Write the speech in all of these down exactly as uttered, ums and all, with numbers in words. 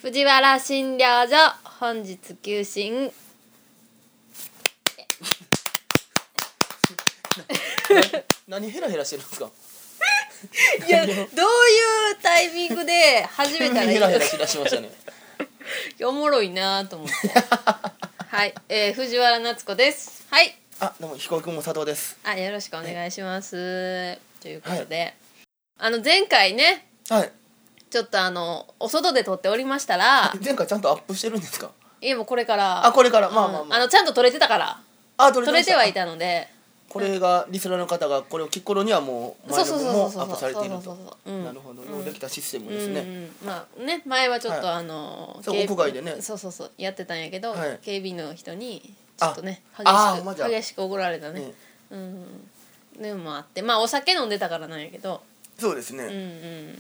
藤原診療所本日休診何ヘラヘラしてるんですかいやどういうタイミングで始めたらいいのかヘラヘラしだしましたねおもろいなと思ってはい、えー、藤原夏子です。はい、 あ、どうも彦君も佐藤です。 あ、よろしくお願いします、はい、ということで、はい、あの前回ね、はい、ちょっとあのお外で撮っておりましたら前回ちゃんとアップしてるんですか？ いやもうこれからあ、これから、まあまあまあ、 あのちゃんと撮れてたからあ、撮れて撮れてはいたので、 これがリスナーの方がこれを聞く頃にはもう前の分もアップされていると。なるほど、ようできたシステムですね、うんうん、 まあね、前はちょっと、はい、あの屋外でね、 そうそうそうやってたんやけど、はい、警備員の人にちょっとね激しく激しく怒られたね、ね、うん、でもあって、まあお酒飲んでたからなんやけど、 そうですね、 うんうん、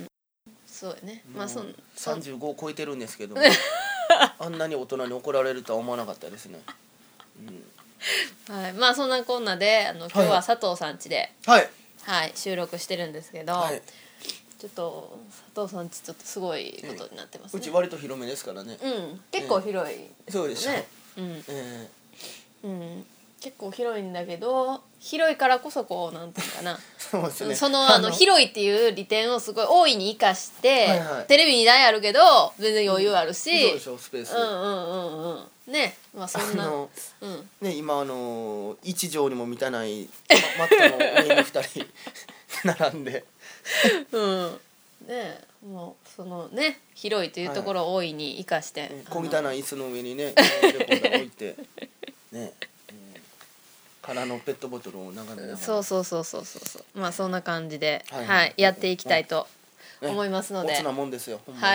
そうやね、まあそさんじゅうごを超えてるんですけどあんなに大人に怒られるとは思わなかったですね、 うん、はい、まあそんなこんなであの今日は佐藤さん家で、 はいはい、収録してるんですけど、はい、ちょっと佐藤さん家ちょっとすごいことになってますね、 うち割と広めですからね、 うん、結構広い、ね、 そうでしょ、 うん、 えーうん、結構広いんだけど広いからこそこうなんていうかなそうですね、 そのあの広いっていう利点をすごい大いに生かして、はいはい、テレビに台あるけど全然余裕あるし、 うん、そうでしょスペース、 うんうんうんうんね、まあそんな、 あの、 うん、 ね、今あの一畳にも満たないマットの上にふたり並んでうんね、もうそのね広いというところを大いに生かして、はい、 小汚い椅子の上にねレコーダー置いてね、うん、空のペットボトルを眺めながら、 そうそうそうそうそうまあそんな感じで、はいはいはい、やっていきたいと思いますので、 ね、おつなもんですよほんまに、 はい、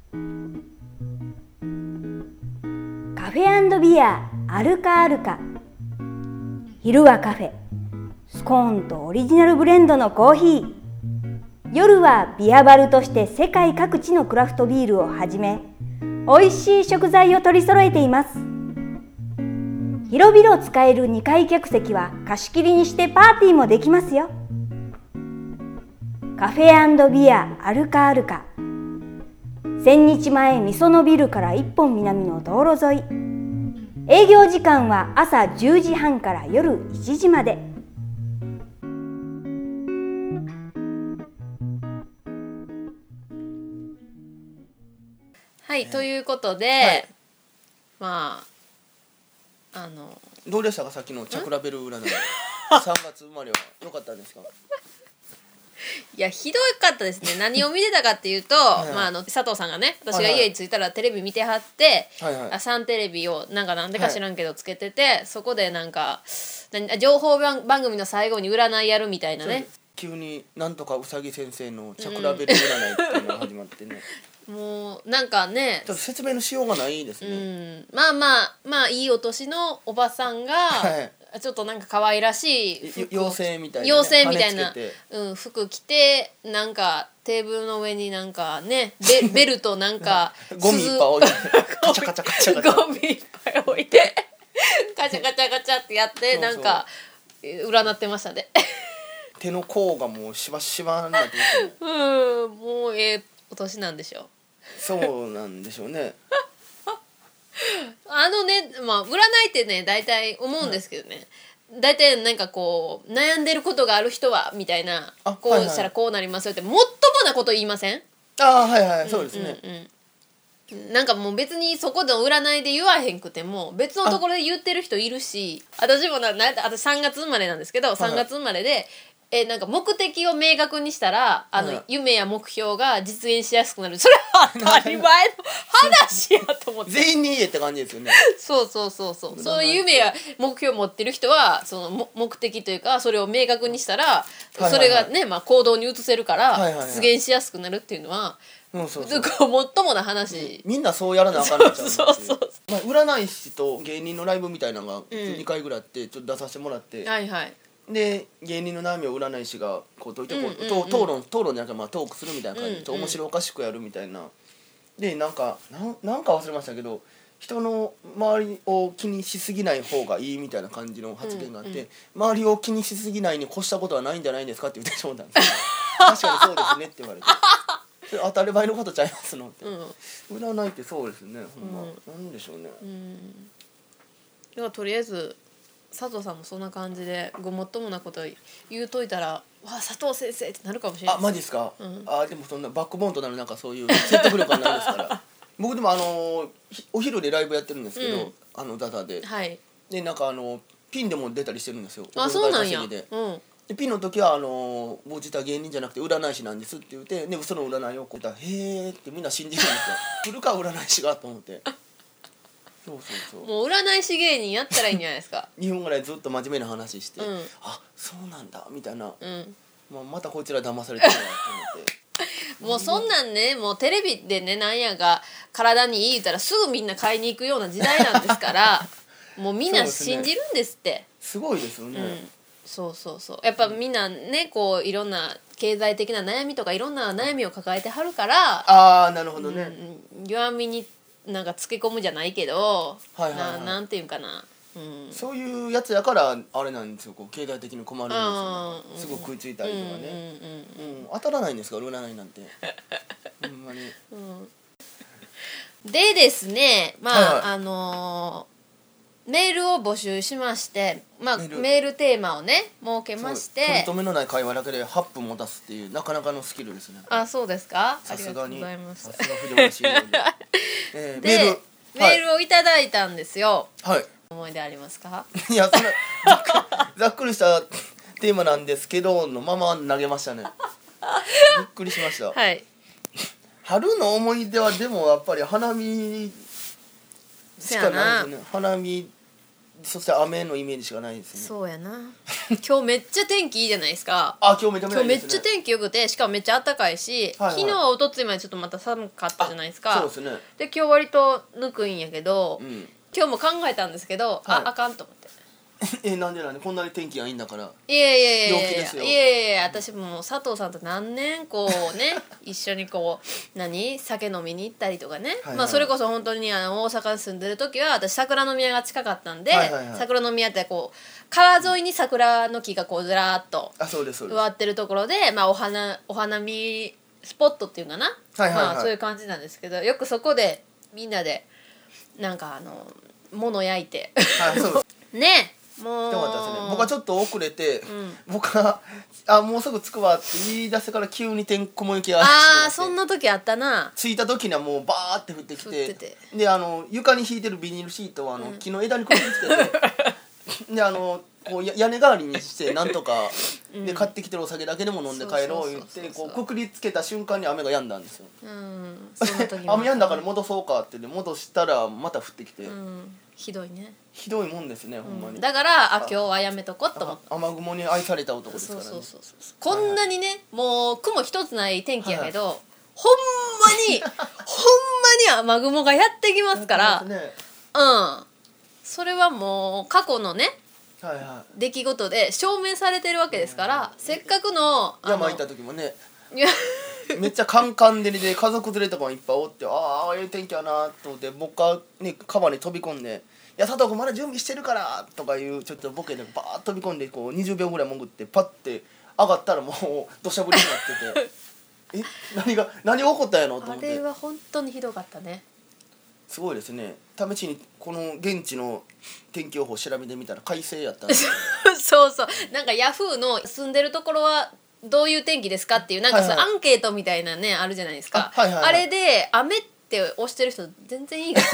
カフェ&ビアアルカアルカ。昼はカフェ、スコーンとオリジナルブレンドのコーヒー。夜はビアバルとして世界各地のクラフトビールをはじめ、美味しい食材を取り揃えています。広々使えるにかい客席は貸し切りにしてパーティーもできますよ。カフェ&ビアアルカアルカ。千日前みそのビルから一本南の道路沿い。営業時間は朝じゅうじはんから夜いちじまで。 はい、ということで、はい、まああのどうでしたかさっきのチャクラベル占いさんがつ生まれは良かったんですか？ いやひどかったですね。何を見てたかっていうとはい、はい、まあ、あの佐藤さんがね私が家に着いたらテレビ見てはって、はいはい、サンテレビをなんかなんでか知らんけどつけてて、はい、そこでなんか情報番組の最後に占いやるみたいなね、 急になんとかうさぎ先生のチャクラベル占いっていうのが始まってね、 うん、もうなんかねちょっと説明のしようがないですね、 うん、まあまあまあいいお年のおばさんが、はい、ちょっとなんか可愛らしい服妖精みたいな、 ね、妖精みたいな、うん、服着てなんかテーブルの上になんかね ベ, ベルとなんかゴミいっぱい置いてカチャカチャカチャカチャゴミいっぱい置いてカチャカチャカチャってやってなんか占ってましたね手の甲がもうしばしばになってますねうん、もうええお年なんでしょう。 そうなんでしょうねあのね、まあ占いってね大体思うんですけどね、はい、大体なんかこう悩んでることがある人はみたいなこうしたらこうなりますよってもっともなこと言いません？ ああはいはい、うん、そうですね、 うんうん、なんかもう別にそこで占いで言わへんくても別のところで言ってる人いるし、私もなな私さんがつ生まれなんですけど、はい、さんがつ生まれでえなんか目的を明確にしたらあの、はい、夢や目標が実現しやすくなる。それは当たり前の話やと思って全員に言えって感じですよねそうそうそうそうそういう夢や目標を持ってる人はその目的というかそれを明確にしたら、はいはいはい、それがね、まあ、行動に移せるから、はいはいはい、実現しやすくなるっていうのは、うん、そうそうそうもっともな話、 みんなそうやらなあかんのちゃうそうそうそう、 まあ、占い師と芸人のライブみたいなのがにかいぐらいあってちょっと出させてもらって、 うん、はいはいで芸人の悩みを占い師がこう解いてこう、うんうんうん、討論討論じゃなくてまあトークするみたいな感じで、うんうん、面白おかしくやるみたいなでなんかなんなんか忘れましたけど人の周りを気にしすぎない方がいいみたいな感じの発言があって、うんうん、周りを気にしすぎないに越したことはないんじゃないんですかって言ってしまったんです確かにそうですねって言われて当たり前のことちゃいますのって、 うん、 占いってそうですねほんま、 うん、 なんでしょうね、 うん、だからとりあえず佐藤さんもそんな感じでごもっともなこと言うといたらわあ佐藤先生ってなるかもしれない。 あマジですか、 うん、 あでもそんなバックボーンとなるなんかそういう説得力はないですから僕でもあのお昼でライブやってるんですけど、うん、あのダダで、 はい、 でなんかあのピンでも出たりしてるんですよ。 あそうなんや、うん、 でピンの時はあの「僕実は芸人じゃなくて占い師なんです」って言ってでその占いをこう「へーってみんな信じるんですよ来るか占い師がと思ってそうそうそうもう占い師芸人やったらいいんじゃないですかにふんぐらいずっと真面目な話して、 うん、 あそうなんだみたいな、 うんまあ、またこいつら騙されてるなと思ってもうそんなんねもうテレビでねなんやが体にいい言ったらすぐみんな買いに行くような時代なんですからもうみんな信じるんですって。 すごいですよね、うん、 そうそうそうやっぱみんなねこういろんな経済的な悩みとかいろんな悩みを抱えてはるからああなるほどね、 うん、弱みになんかつけ込むじゃないけど、 はいはいはい、 な, なんていうんかな、うん、 そういうやつやからあれなんですよこう経済的に困るんですよ、ね、すごく食いついたりとかね、うんうんうんうん、当たらないんですか占いなんてほんまに、 うん、でですねまあ、はいはい、あのーメールを募集しまして、まあ、メール、メールテーマをね設けまして取り留めのない会話だけではっぷん持たすっていうなかなかのスキルですね。 あそうですかさすがにありがとうございます。 さすが藤森慎吾で、えー、 でメール、メールをいただいたんですよ。 はい思い出ありますか？ いやそんなざっくざっくりしたテーマなんですけどのまま投げましたねびっくりしました。 はい春の思い出はでもやっぱり花見しかないですね。花見そして雨のイメージしかないですね。 そうやな今日めっちゃ天気いいじゃないですか。 あ今日めちゃめちゃいいですね。 今日めっちゃ天気よくてしかもめっちゃ暖かいし、はいはい、昨日はおとついまでちょっとまた寒かったじゃないですか。 そうですね。 で今日割とぬくいんやけど、うん、今日も考えたんですけど、はい、ああかんと思ってえなんでなんでこんなに天気がいいんだから。 いやいやいやいやいやいやいや私もう佐藤さんと何年こうね一緒にこう何酒飲みに行ったりとかね、はいはい、まあそれこそ本当にあの大阪に住んでる時は私桜宮が近かったんで、はいはいはい、桜宮ってこう川沿いに桜の木がこうずらーっと植わってるところで、まあ、お花お花見スポットっていうかな、はいはいはい、まあ、そういう感じなんですけどよくそこでみんなでなんかあの物焼いて、はい、そうねもうよかったですね。僕はちょっと遅れて、うん、僕はあもうすぐ着くわって言い出してから急に天雲行きがああそんな時あったな。 着いた時にはもうバーって降ってき て, てであの床に引いてるビニールシートはあの、うん、木の枝にくくりつけてであのこう屋根代わりにしてなんとか、うん、で買ってきてるお酒だけでも飲んで帰ろう言ってこうくくりつけた瞬間に雨が止んだんですよ、うん、その時雨止んだから戻そうかってで戻したらまた降ってきて、うん、 ひどいねひどいもんですね、うん、ほんまに。 だからあ今日はやめとこうと思って雨雲に愛された男ですからね。 そうそうそうそうこんなにね、はいはい、もう雲一つない天気やけど、はいはい、ほんまにほんまに雨雲がやってきますから、ね、うんそれはもう過去のねはいはい、出来事で証明されてるわけですから、うん、せっかくの山行った時もねめっちゃカンカン照りで家族連れとかもいっぱいおってああええ天気やなと思って僕が、ね、川に飛び込んで「いや佐藤君まだ準備してるから」とかいうちょっとボケでバーッ飛び込んでこうにじゅうびょうぐらい潜ってパッて上がったらもう土砂降りになっててえ何が何が起こったんやろと思って。 あれは本当にひどかったね。 すごいですね。試しにこの現地の天気予報調べてみたら快晴やったんですそうそうなんかヤフーの住んでるところはどういう天気ですかっていうなんかそう、はいはい、アンケートみたいなねあるじゃないですか。 あ,、はいはいはい、あれで雨って押してる人全然いい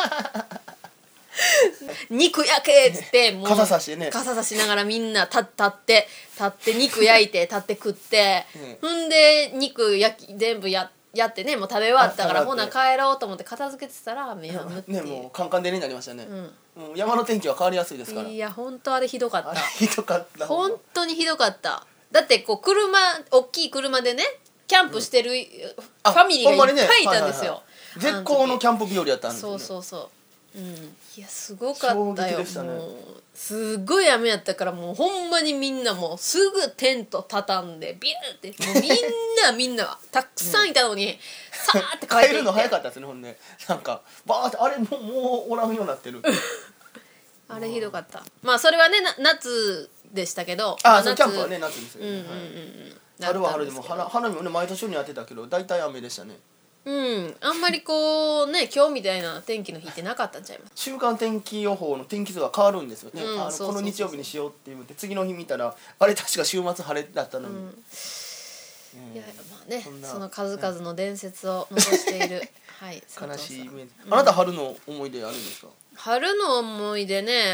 肉焼けっつってもう傘さしてね傘さしながらみんな立って立って肉焼いて立って食って、うん、んで肉焼き全部やってやってねもう食べ終わったからほな帰ろうと思って片付けてたら雨が降ってねもうカンカン照りになりましたね、うん、もう山の天気は変わりやすいですから。 いや本当あれひどかった。 ひどかった本当にひどかった。だってこう車大きい車でねキャンプしてる、うん、ファミリーがいっぱいいたんですよ、 ねはいはいはい、絶好のキャンプ日和やったんですね。 そうそうそううん、いやすごかったよ、ね、もうすごい雨やったからもうほんまにみんなもうすぐテント畳んでビューってもうみんなみんなたくさんいたのに、うん、さーって帰って帰るの早かったですね。ほんでなんかバーってあれもうもうおらんようになってるあれひどかった。まあそれはねな夏でしたけどああそのキャンプはね夏ですよね、 うんうんうん、 春は春でも花花見もね毎年にやってたけど大体雨でしたね。 うん、あんまりこうね今日みたいな天気の日ってなかったんちゃいます。 週間天気予報の天気図が変わるんですよね、 うん、 あのそうそうそうそうこの日曜日にしようって言って次の日見たらあれ確か週末晴れだったのに、うんうん、いやまあね そ, その数々の伝説を残している、はい、 悲しいイメージ、 うん、 あなた春の思い出あるんですか？ 春の思い出ね、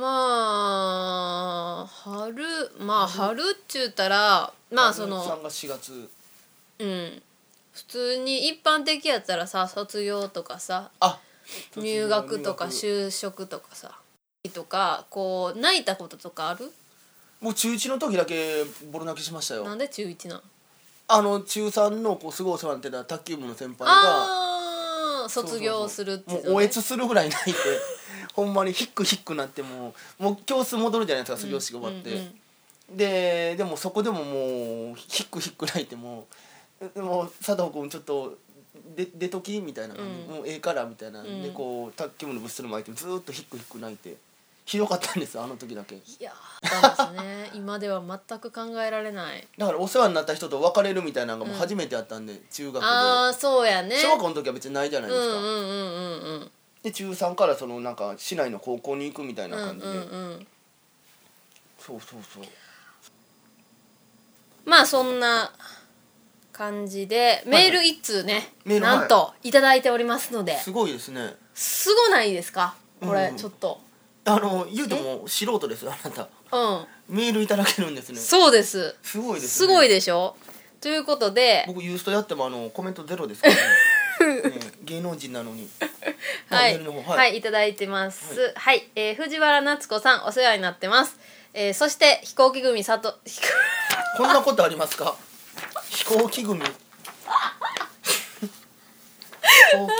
まあ春まあ春っちゅうたらまあそのさんがつしがつ、 うん普通に一般的やったらさ卒業とかさあ入学とか就職とかさとかこう泣いたこととかある？ もう中いちの時だけボロ泣きしましたよ。 なんで中いちなん？ あの中さんのこうすごいお世話になってた卓球部の先輩があー卒業するっていうのね、 もうおえつするぐらい泣いてほんまにヒックヒックなってもうもう教室戻るじゃないですか卒業式終わって、 うんうんうん、 ででもそこでももうヒックヒック泣いてもでも佐藤君ちょっと出出ときみたいな感じ、うん、もうええからみたいな、うん、でこう卓球部の部室の前でずっとヒックヒック泣いてひどかったんですあの時だけ。いやーですね今では全く考えられない。 だからお世話になった人と別れるみたいなのがもう初めてやったんで、うん、中学で。 ああそうやね。 小学校の時は別にないじゃないですか、 うんうんうんうんうん、 で中さんからそのなんか市内の高校に行くみたいな感じで、 うんうんうん、 そうそうそう。 まあそんな感じでメール一通ね、 はい、 なんといただいておりますので、 すごいですね。 すごないですかこれ、うん、ちょっとあの言うても素人ですあなた。 うんメールいただけるんですね。 そうです。 すごいですね。 すごいでしょ。ということで僕ユーストやってもあのコメントゼロですからね、ね芸能人なのにはい、はいはい、いただいてます。はい、はい、えー、藤原夏子さんお世話になってます。えー、そして飛行機組佐藤こんなことありますか？飛行機組飛行機組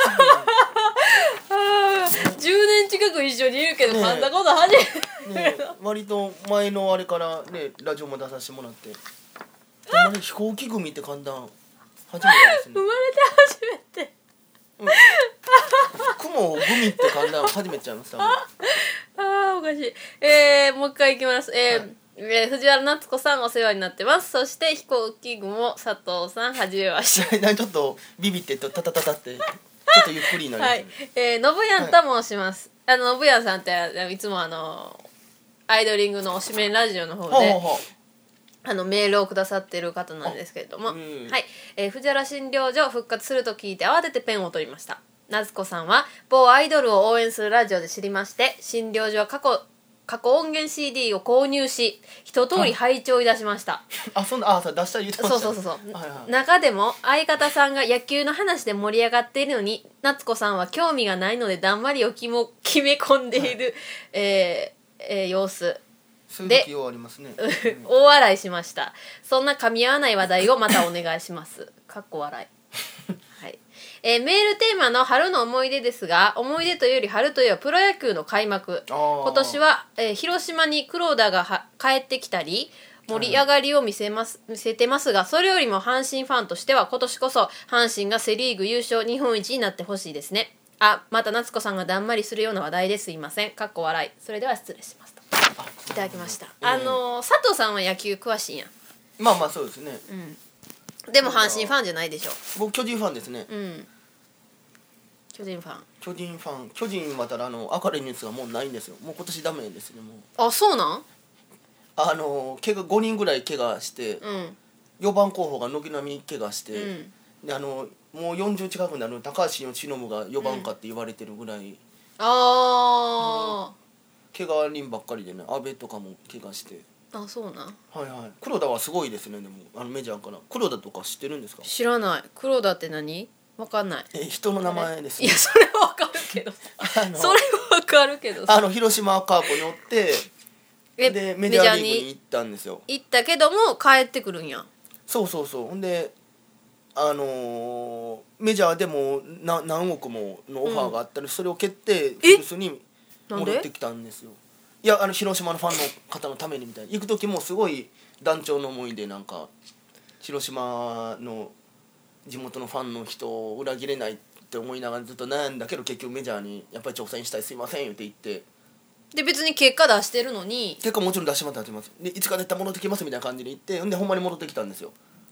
じゅうねん近く一緒にいるけど、ね、そんなこと初めて、 ね、割と前のあれからねラジオも出させてもらってほんまに飛行機組って簡単初めてですね。 生まれて初めて、 うん、雲をグミって簡単初めてちゃいます。ああおかしい。えー、もう一回いきます。えーはいえー、藤原夏子さんお世話になってます。そして飛行機雲佐藤さんはじめましてちょっとビビってとタタタタってちょっとゆっくりになります、ね。はい、 えー、のぶやんと申します。はい、あののぶやんさんっていつもあのアイドリングのおしめラジオの方で。ほうほうほうあのメールをくださっている方なんですけれども、うん、はい、えー、藤原診療所復活すると聞いて慌ててペンを取りました。夏子さんは某アイドルを応援するラジオで知りまして、診療所は過去過去音源 シーディー を購入し一通り拝聴いたしました。 あ、そんなあ、それ出したら言ってました。 そうそうそうそう、 はいはい、 中でも相方さんが野球の話で盛り上がっているのに夏子さんは興味がないのでだんまりを決め込んでいる、はい、えーえー、様子そういう時ありますね、 うん、大笑いしました。そんな噛み合わない話題をまたお願いしますかっこ笑い、はいえー、メールテーマの春の思い出ですが、思い出というより春といえばプロ野球の開幕。今年は、えー、広島に黒田がは帰ってきたり盛り上がりを見せます、見せてますが、それよりも阪神ファンとしては今年こそ阪神がセリーグ優勝日本一になってほしいですね。あ、また夏子さんがだんまりするような話題ですいませんかっこ笑い。それでは失礼しますといただきました。あのー、佐藤さんは野球詳しいやん。 まあまあそうですね、 うん、でも阪神ファンじゃないでしょ。 僕巨人ファンですね、 うん、巨人ファン巨人ファン巨人またらあの明るいニュースがもうないんですよ。もう今年ダメですね。もうあ、そうなん。 あの怪我ごにんぐらい怪我して、 うん、 よばん候補が軒並み怪我して、 うん、 であのもうよんじゅう近くになる高橋由伸がよばんかって言われてるぐらい、うん、 ああ怪我人ばっかりでね。阿部とかも怪我して。 あ、そうなん。 はいはい。黒田はすごいですね。でもあのメジャーから黒田とか知ってるんですか？ 知らない。黒田って何？わかんない。 え、人の名前ですね。 いや、それはわかるけどそれはわかるけどあの広島カープにおってでメジャーリーグに行ったんですよ。 行ったけども帰ってくるんや。 そうそうそう。ほんであのー、メジャーでもな何億ものオファーがあったり、うん、それを蹴って古巣に戻ってきたんですよ。いや、あの広島のファンの方のためにみたいな。行く時もすごい団長の思いで、なんか広島の地元のファンの人を裏切れないって思いながらずっと悩んだけど、結局メジャーにやっぱり挑戦したい、すいません言って言って、 で別に結果出してるのに結果もちろん出してもらってます。でいつか絶対戻ってきますみたいな感じで言って、んでほんまに戻ってきたんですよ。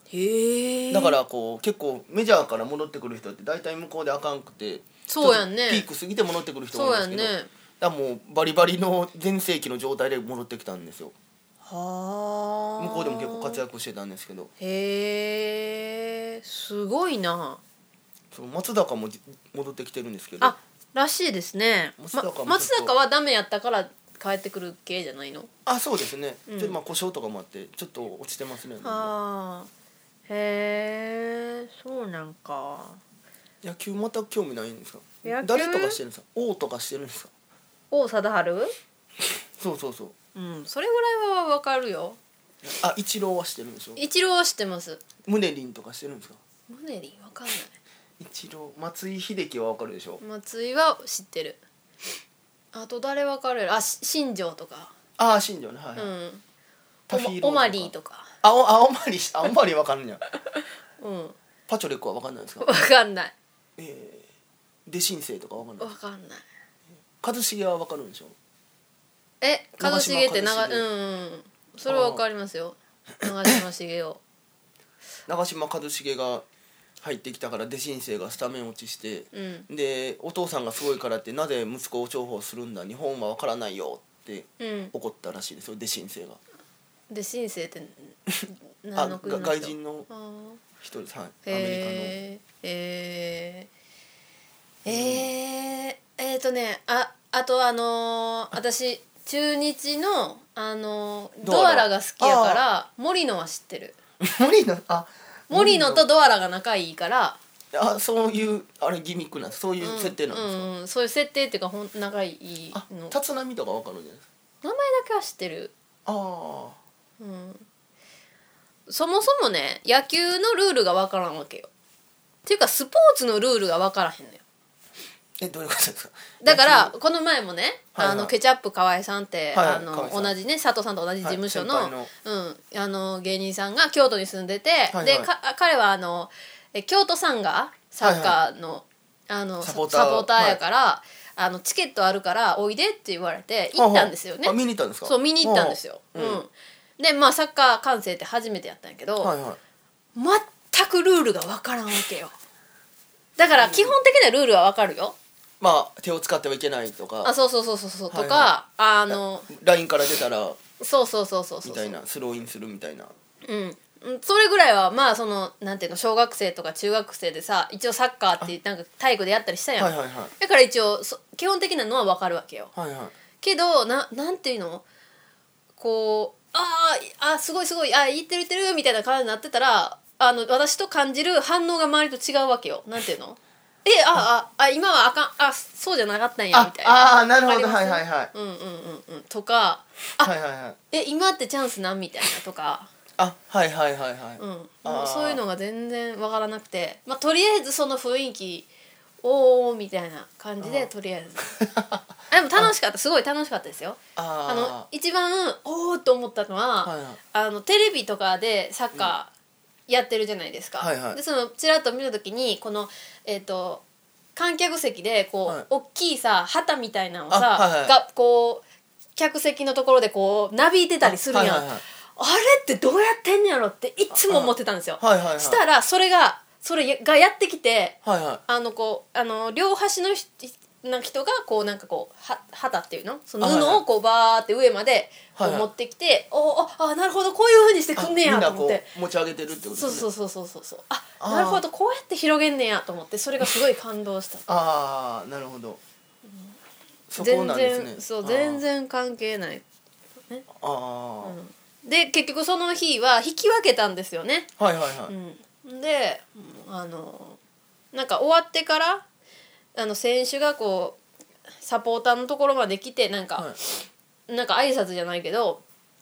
へえ。 だからこう結構メジャーから戻ってくる人って大体向こうであかんくて、 そうやんね、 ピーク過ぎて戻ってくる人多いんですけど、 そうやんね、 だからもうバリバリの全盛期の状態で戻ってきたんですよ。 はあ。 向こうでも結構活躍してたんですけど、 へえ、すごいな。 その松坂も戻ってきてるんですけど、 あ、らしいですね。 松坂もちょっとま、松坂はダメやったから帰ってくる系じゃないの？ あ、そうですね、 うんちょっとまあ故障とかもあってちょっと落ちてますね。 ああ、へえ、そうなんか。 野球全く興味ないんですか？ 野球誰とかしてるんですか？王とかしてるんですか？ 王貞治？ そうそうそう。 うん、それぐらいはわかるよ。 あ、イチローはしてるんでしょ？ イチローは知ってます。 ムネリンとかしてるんですか？ ムネリンわかんない。 イチロー、松井秀喜はわかるでしょ？ 松井は知ってる。あと誰わかる？あ、し新庄とか。 ああ、新庄ね、はい、はい、 うん。 タフィーローズとかオマリーとか。 あおあオマリーあオマリーわかんねや。 うん。 パチョレックはわかんないですか？ わかんない。 えー、デシンセイとかわかんない。 わかんない。 一茂はわかるんでしょ？ え、一茂って長長嶋一茂うんうん。それはわかりますよ。長嶋茂雄。 長嶋一茂が入ってきたからデシンセイがスタメン落ちして、 うんでお父さんがすごいからってなぜ息子を重宝するんだ日本はわからないよってうん。 怒ったらしいですよ、デシンセイが。 で新生ってあ何の国の人？ が外人のあー人です、はい、アメリへーえー、えー、えーとねああとあのー、私中日のあのー、ドアラが好きやから森野は知ってる。 カの森野あ森野とドアラが仲いいからあそういうあれギミックなんですそういう設定なんですか？ うんうん、そういう設定っていうかほん仲いいあの立浪とかわかるんじゃないですか？ 名前だけは知ってる。 あうんそもそもね野球のルールが分からんわけよ。っていうかスポーツのルールが分からへんのよ。 えどういうことですか？ だからこの前もね、 はいはいあのケチャップ河合さんって、 はいはいあの河合さん同じね佐藤さんと同じ事務所の,、 はい先輩うん、あの芸人さんが京都に住んでて、 はいでか彼はあのえ京都サンガサッカーの,、あのサポーターターやから、あのチケットあるからおいでって言われて行ったんですよね。 あ見に行ったんですか？ そう見に行ったんですよ。 ううんんでまあサッカー観戦って初めてやったんやけど、 はいはい全くルールが分からんわけよ。だから基本的なルールは分かるよ。 まあ手を使ってはいけないとかあそうそうそうそうそう、 はいはいとかあのラインから出たらそうそうそうそうそうみたいなスローインするみたいなうんうんそれぐらいはまあそのなんていうの小学生とか中学生でさ一応サッカーってなんか体育でやったりしたやん、 はいはいはいだから一応そ基本的なのは分かるわけよ。 はいはいけどななんていうのこうあーあすごいすごいあ言ってる言ってるみたいな感じになってたらあの私と感じる反応が周りと違うわけよ。なんていうのえあああ今はあかんあそうじゃなかったんやみあたいな。 あーなるほどわかりますはいはいはいうんうんうんうんとかあ、 はいはいはいえ今ってチャンスなんみたいなとか、 あはいはいはいはいうん、 あーもうそういうのが全然わからなくて、まあ、とりあえずその雰囲気おーみたいな感じでとりあえずでも楽しかったすごい楽しかったですよ。あのあ一番おーっと思ったのは、 はいはいあのテレビとかでサッカーやってるじゃないですか、 はいはいでそのちらっと見た時にこのえっ、と観客席でこう、 はい大きいさ旗みたいなのをさ、 あはいはいがこう客席のところでこうなびいてたりするやん、 あはいはいはいあれってどうやってんのやろっていつも思ってたんですよ。 はいはいはいしたらそれがそれがやってきてはいはいあのこうあの両端の人な人がこうなんかこうは旗っていうのそのあはいはい布をこうバーって上までこはいはいう持ってきて、おああなるほどこういう風にしてくんねやみんなこと思ってう持ち上げてるってことですね。 そうそうそうそうそうそうああーなるほどこうやって広げんねやと思ってそれがすごい感動した。 ああなるほど、そこ全なんですね。 然そう全然関係ない。 あーあで結局その日は引き分けたんですよね。 ー、はいはいはい、 うん、であのなんか終わってからあの選手がこうサポーターのところまで来てなんか、 はいなんか挨拶じゃないけど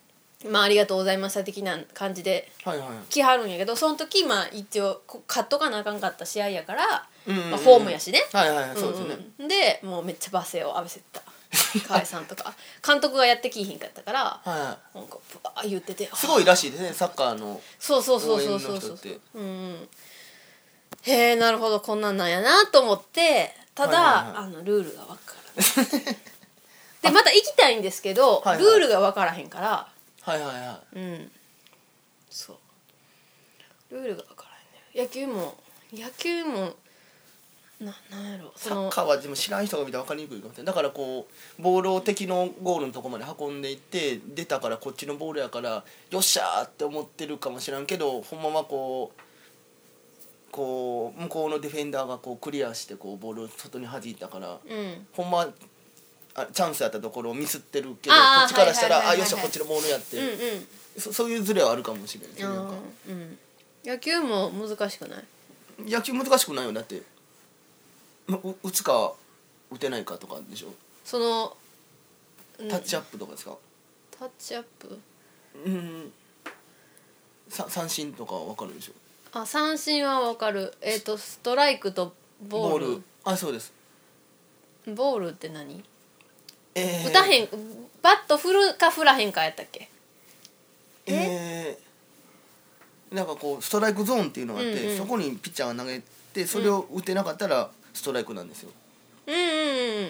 「まあ、ありがとうございました」的な感じではいはい来はるんやけどその時まあ一応こ勝っとかなあかんかった試合やから、 うんうんうんまあ、ホームやしね。 はいはいはいそうですね、 うんうんでもうめっちゃ罵声を浴びせた河合さんとか監督がやってきひんかったからはいはなんかブワー言っててい、すごいらしいですねサッカーのそうそうそうそう応援そうそうの人ってうんうんへえなるほどこんなんなんやなと思ってただ、 はいはいはいあのルールが分からないでまた行きたいんですけど、 はいはいルールが分からへんからはいはいはいうんそうルールが分からんね。野球も野球もななんやろそのサッカーはでも知らん人が見たら分かりにくいかもしれない。だからこうボールを敵のゴールのとこまで運んでいって出たからこっちのボールやからよっしゃーって思ってるかもしらんけど、ほんまはこうこう向こうのディフェンダーがこうクリアしてこうボールを外に弾いたから、 うん、 ほんまあチャンスやったところをミスってるけど、こあーっちからしたら、 はいはいはいはいあよっしゃこっちのボールやって、 うんうんそ, そういうズレはあるかもしれない。 あなんかー、うん、野球も難しくない？ 野球難しくないよ。だってまう打つか打てないかとかでしょ。 そのタッチアップとかですか？ タッチアップうんさ三振とかは分かるでしょ。 あ三振は分かる。えっ、ー、とストライクとボール。 ボールあそうです。 ボールって何？ えー、 打たへんバット振るか振らへんかやったっけ？ えー、なんかこうストライクゾーンっていうのがあって、うんうん、そこにピッチャーが投げてそれを打てなかったらストライクなんですよ。 うんうんうん、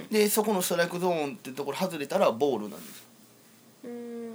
でそこのストライクゾーンってところ外れたらボールなんです。 うーん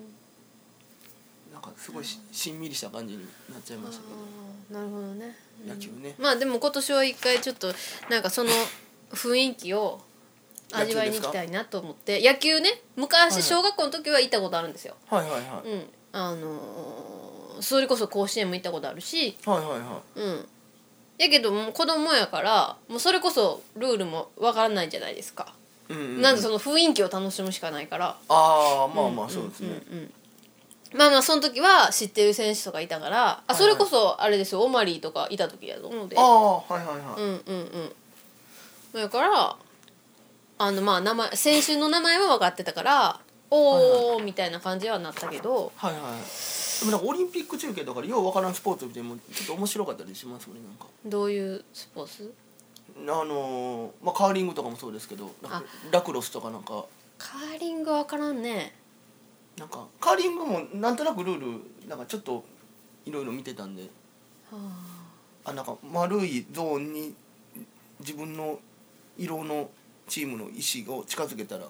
なんかすごい し, しんみりした感じになっちゃいましたけど。 なるほどね。 野球ね。 まあでも今年は一回ちょっとなんかその雰囲気を味わいに行きたいなと思って。野球ね、昔小学校の時は行ったことあるんですよ。 はいはいはい。 うん、あのー、それこそ甲子園も行ったことあるし、 はいはいはい。 うん。やけどもう子供やからもうそれこそルールもわからないじゃないですか。 うんうんうん、 なんでその雰囲気を楽しむしかないから。 ああまあまあそうですね。 うんうんうん、まあまあその時は知ってる選手とかいたから、あそれこそあれですよ、オマリーとかいた時やと思うので。 ああはいはいはい。 うんうんうん。だからあのまあ名前選手の名前は分かってたからおー、はいはい、みたいな感じはなったけど。 はいはい。でもなんかオリンピック中継とかよう分からんスポーツ見てもちょっと面白かったりしますよね。なんかどういうスポーツ？ あのー、まあカーリングとかもそうですけど、ラクロスとかなんかカーリング分からんね。 なんかカーリングもなんとなくルールなんかちょっといろいろ見てたんで、はあ、あなんか丸いゾーンに自分の色のチームの石を近づけたら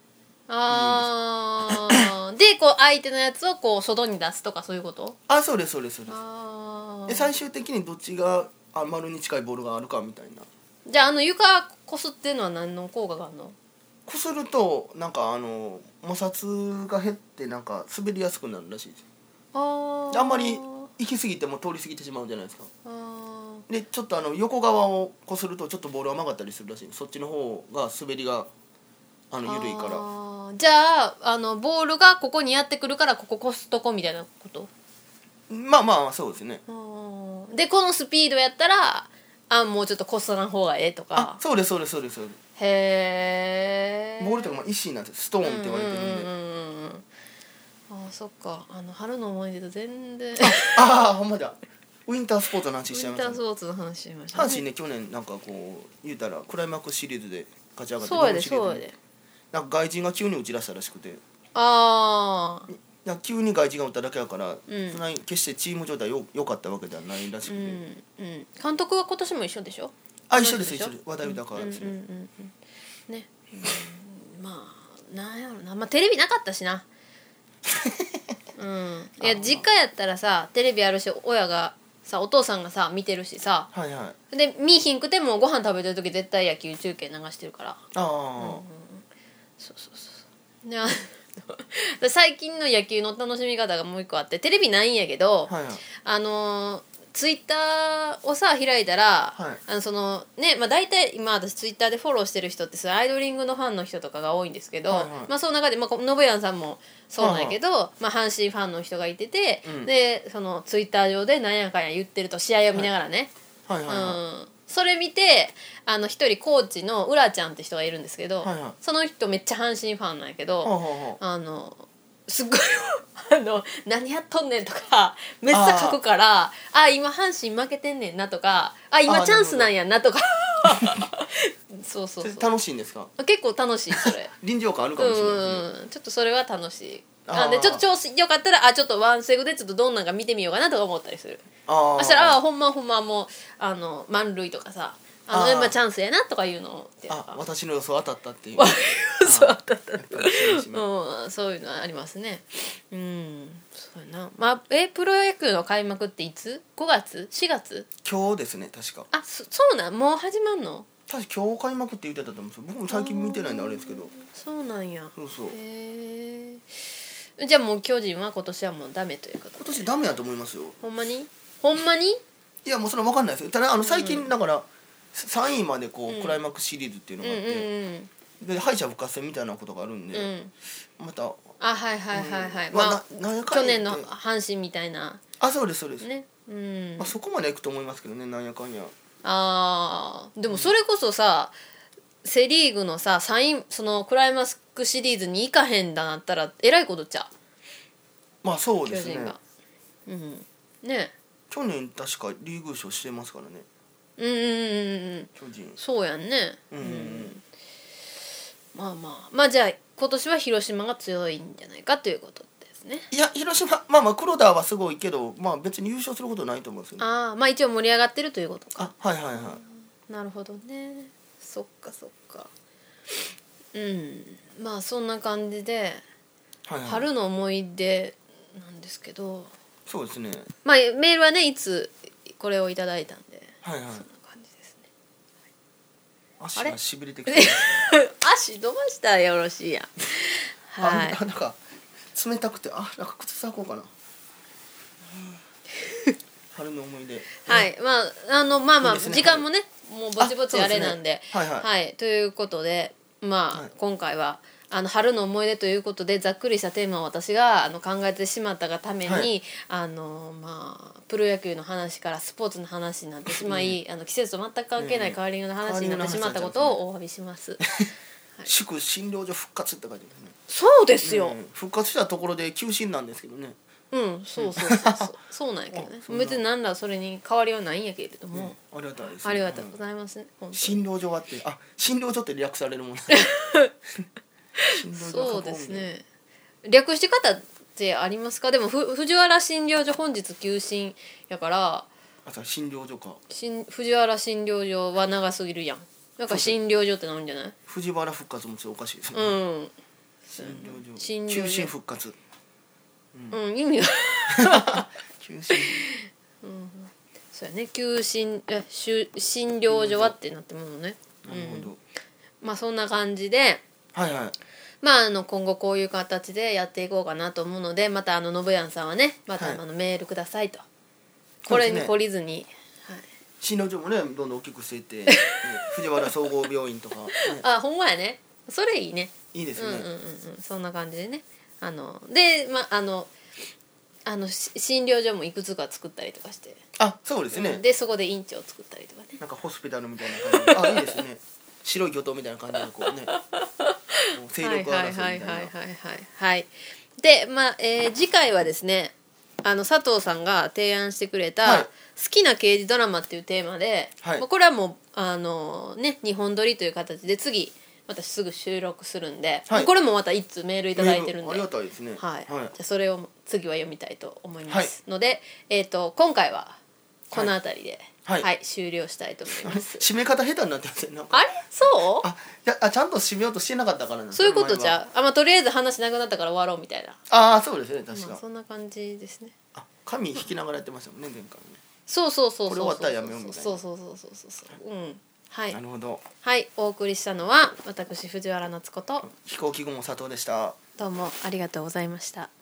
あでこう相手のやつをこう外に出すとかそういうこと？ あそうですそうですそうです。 あで最終的にどっちがあ丸に近いボールがあるかみたいな。 じゃああの床こすっていうのは何の効果があるの？ こするとなんかあの摩擦が減ってなんか滑りやすくなるらしいです。 ああんまり行き過ぎても通り過ぎてしまうじゃないですか。 あでちょっとあの横側をこするとちょっとボールが曲がったりするらしい。そっちの方が滑りがあの緩いから。 あじゃああのボールがここにやってくるからこここすとこみたいなこと？ まあまあそうですね。 あでこのスピードやったらあもうちょっとこすらん方がええとか。 あそうですそうですそうですそうです。 へえ。 ボールとかまあ石なんです。ストーンって言われてるんで。 うんうんうんうん、あそっかあの春の思い出と全然ああほんまだ。ウィンタースポーツの話しちゃいました、ね、 ウィンタースポーツの話しましたね。 阪神ね去年なんかこう言うたらクライマックスシリーズで勝ち上がってそうやでそうやでなんか外人が急に打ち出したらしくてああなんか急に外人が打っただけやから、 うん、 そんなに決してチーム状態よ良かったわけではないらしくて、うんうん、 監督は今年も一緒でしょ？ あ一緒です一緒です和田豊ですね、うんうんうんうん、ね、うん、まあなんやろなまあテレビなかったしなうん、いや実家やったらさテレビあるし親がさお父さんがさ見てるしさ、 はいはい、 で見ひんくてもご飯食べてる時絶対野球中継流してるからああ、 うんうん、 そうそうそうね最近の野球の楽しみ方がもう一個あってテレビないんやけど、 はいはい、 あのーツイッターをさ開いたら、はい、あのそのねまあ大体今私ツイッターでフォローしてる人ってそアイドリングのファンの人とかが多いんですけど、はいはい、まあその中でまあノブヤンさんもそうなんやけど、はいはい、まあ阪神ファンの人がいてて、うん、でそのツイッター上でなんやかんや言ってると試合を見ながらね、はいはいはいはい、うん、それ見てあの一人コーチのうらちゃんって人がいるんですけど、はいはい、その人めっちゃ阪神ファンなんやけど、はいはいはい、あのすっごいあの何やっとんねんとかめっちゃ書くからああ今阪神負けてんねんなとかあ今チャンスなんやなとかそうそうそう楽しいんですか？ 結構楽しいそれ臨場感あるかもしれない、ね、 うんちょっとそれは楽しいなんでちょっと調子よかったらあちょっとワンセグでちょっとどんなんか見てみようかなとか思ったりする。あそしたらあほんまほんまもうあの満塁とかさあの今チャンスやなとかいうのってあ私の予想当たったっていうそうあったあったあっやったぱりしめしめうん、そういうのありますね。うん、そうやな。まあ、え、プロ野球の開幕っていつ？ ご 月？ しがつ？ 今日ですね確か。 あ、そ、そうなん、もう始まんの？ 確か今日開幕って言ってたと思うんですよ。僕も最近見てないんであれですけど。 そうなんや。 そうそう。 へえ。じゃあもう巨人は今年はもうダメということ今年ダメやと思いますよ。 ほんまに？ほんまに？ いやもうそれは分かんないですよ。ただあの最近だからさんいまでこう、 うんクライマックスシリーズっていうのがあっうんうんうて、 んで敗者復活戦みたいなことがあるんで、 うん。 またあ、はいはいはいはい。 うんまあまあななんやかんや言って去年の阪神みたいなあそうですそうです、 ね。うんまあ、。そこまでいくと思いますけどねなんやかんや。 あーでもそれこそさ、セ・リーグのさサインそのクライマックスシリーズに行かへんだなったらえらいことちゃまあそううですね。 巨人が。うんね。 去年確かリーグ優勝してますからねうんうんうんうん巨人。 そうやんね。 うんうんうんまあまあまあじゃあ今年は広島が強いんじゃないかということですね。 いや広島まあまあ黒田はすごいけどまあ別に優勝することないと思うんですよね。 ああまあ一応盛り上がってるということか。 あはいはいはなるほどね。そっかそっか。うんまあそんな感じで、 いはいはい。 春の思い出なんですけど、 そうですね。 まあメールはねいつこれをいただいたんで、 はいはい。 そんな感じですね。 足あれがしびれてきて足伸ばしたらよろしいやん。はいあなんか冷たくてあなんか靴下履こうかな春の思い出。 はいまああのまあまあいいですね時間もねもうぼちぼちあれなんで、 あそうですねはいはいということでまあ、 はい今回はあの春の思い出ということでざっくりしたテーマを私があの考えてしまったがために、 はいあのまあプロ野球の話からスポーツの話になってしまい、あの季節と全く関係ないカーリングの話になってしまったことをお詫びします。 祝診療所復活って書いてますね。 そうですよ。 うん復活したところで休診なんですけどね。 うん、そうそうそうそうそうなんやけどねあそんな別に何らそれに変わりはないんやけれども、 ありがたいです、 ありがとうごいざいますね、本当に診療所はってあ診療所って略されるもん診療所はそうですね略して方ってありますか？でもふ藤原診療所本日休診やからあそう診療所か新藤原診療所は長すぎるやんだから診療所ってなるんじゃない？ 藤原復活もちょっとおかしいですね、 うん診療所診療所休診復活うん意味が休診そうやね休診え診診療所はってなってものねなるほど、 まあそんな感じではいはいまあ、あの今後こういう形でやっていこうかなと思うのでまたあの信やんさんはねまたはいあのメールくださいと、これに懲りずに、はい、 診療所もねどんどん大きくしていって、ね藤原総合病院とか、ね、 あほんまやねそれいいねいいですね、 うんうんうんうんそんな感じでねあのでまああのあのし診療所もいくつか作ったりとかして、 あそうですね、 うんでそこで院長作ったりとかねなんかホスピタルみたいな感じであいいですね白い魚刀みたいな感じでこうねもう勢力争いみたいな、 はいはいはいはいはいはいはいでまあ、えー次回はですねあの佐藤さんが提案してくれた、 はい好きな刑事ドラマっていうテーマで、 はいまあこれはもうあのねにほん撮りという形で次私すぐ収録するんで、 はいこれもまたいっつメールいただいてるんでありがたいですねはいじゃはいあそれを次は読みたいと思います、ので、えー、と今回はこの辺りで、 はいはい終了したいと思います締め方下手になってますねなんかあれそうあいやあちゃんと締めようとしてなかったからなそういうことじ前はゃあ、まあ、とりあえず話なくなったから終わろうみたいな、 ああそうですね確か、 まあ、そんな感じですねあ紙引きながらやってましたもんね前回もねそうそうそうそうこれ終わったらやめようみたいなそうそうそうそうそうそううんはいなるほどはいお送りしたのは私藤原夏子と飛行機雲佐藤でしたどうもありがとうございました。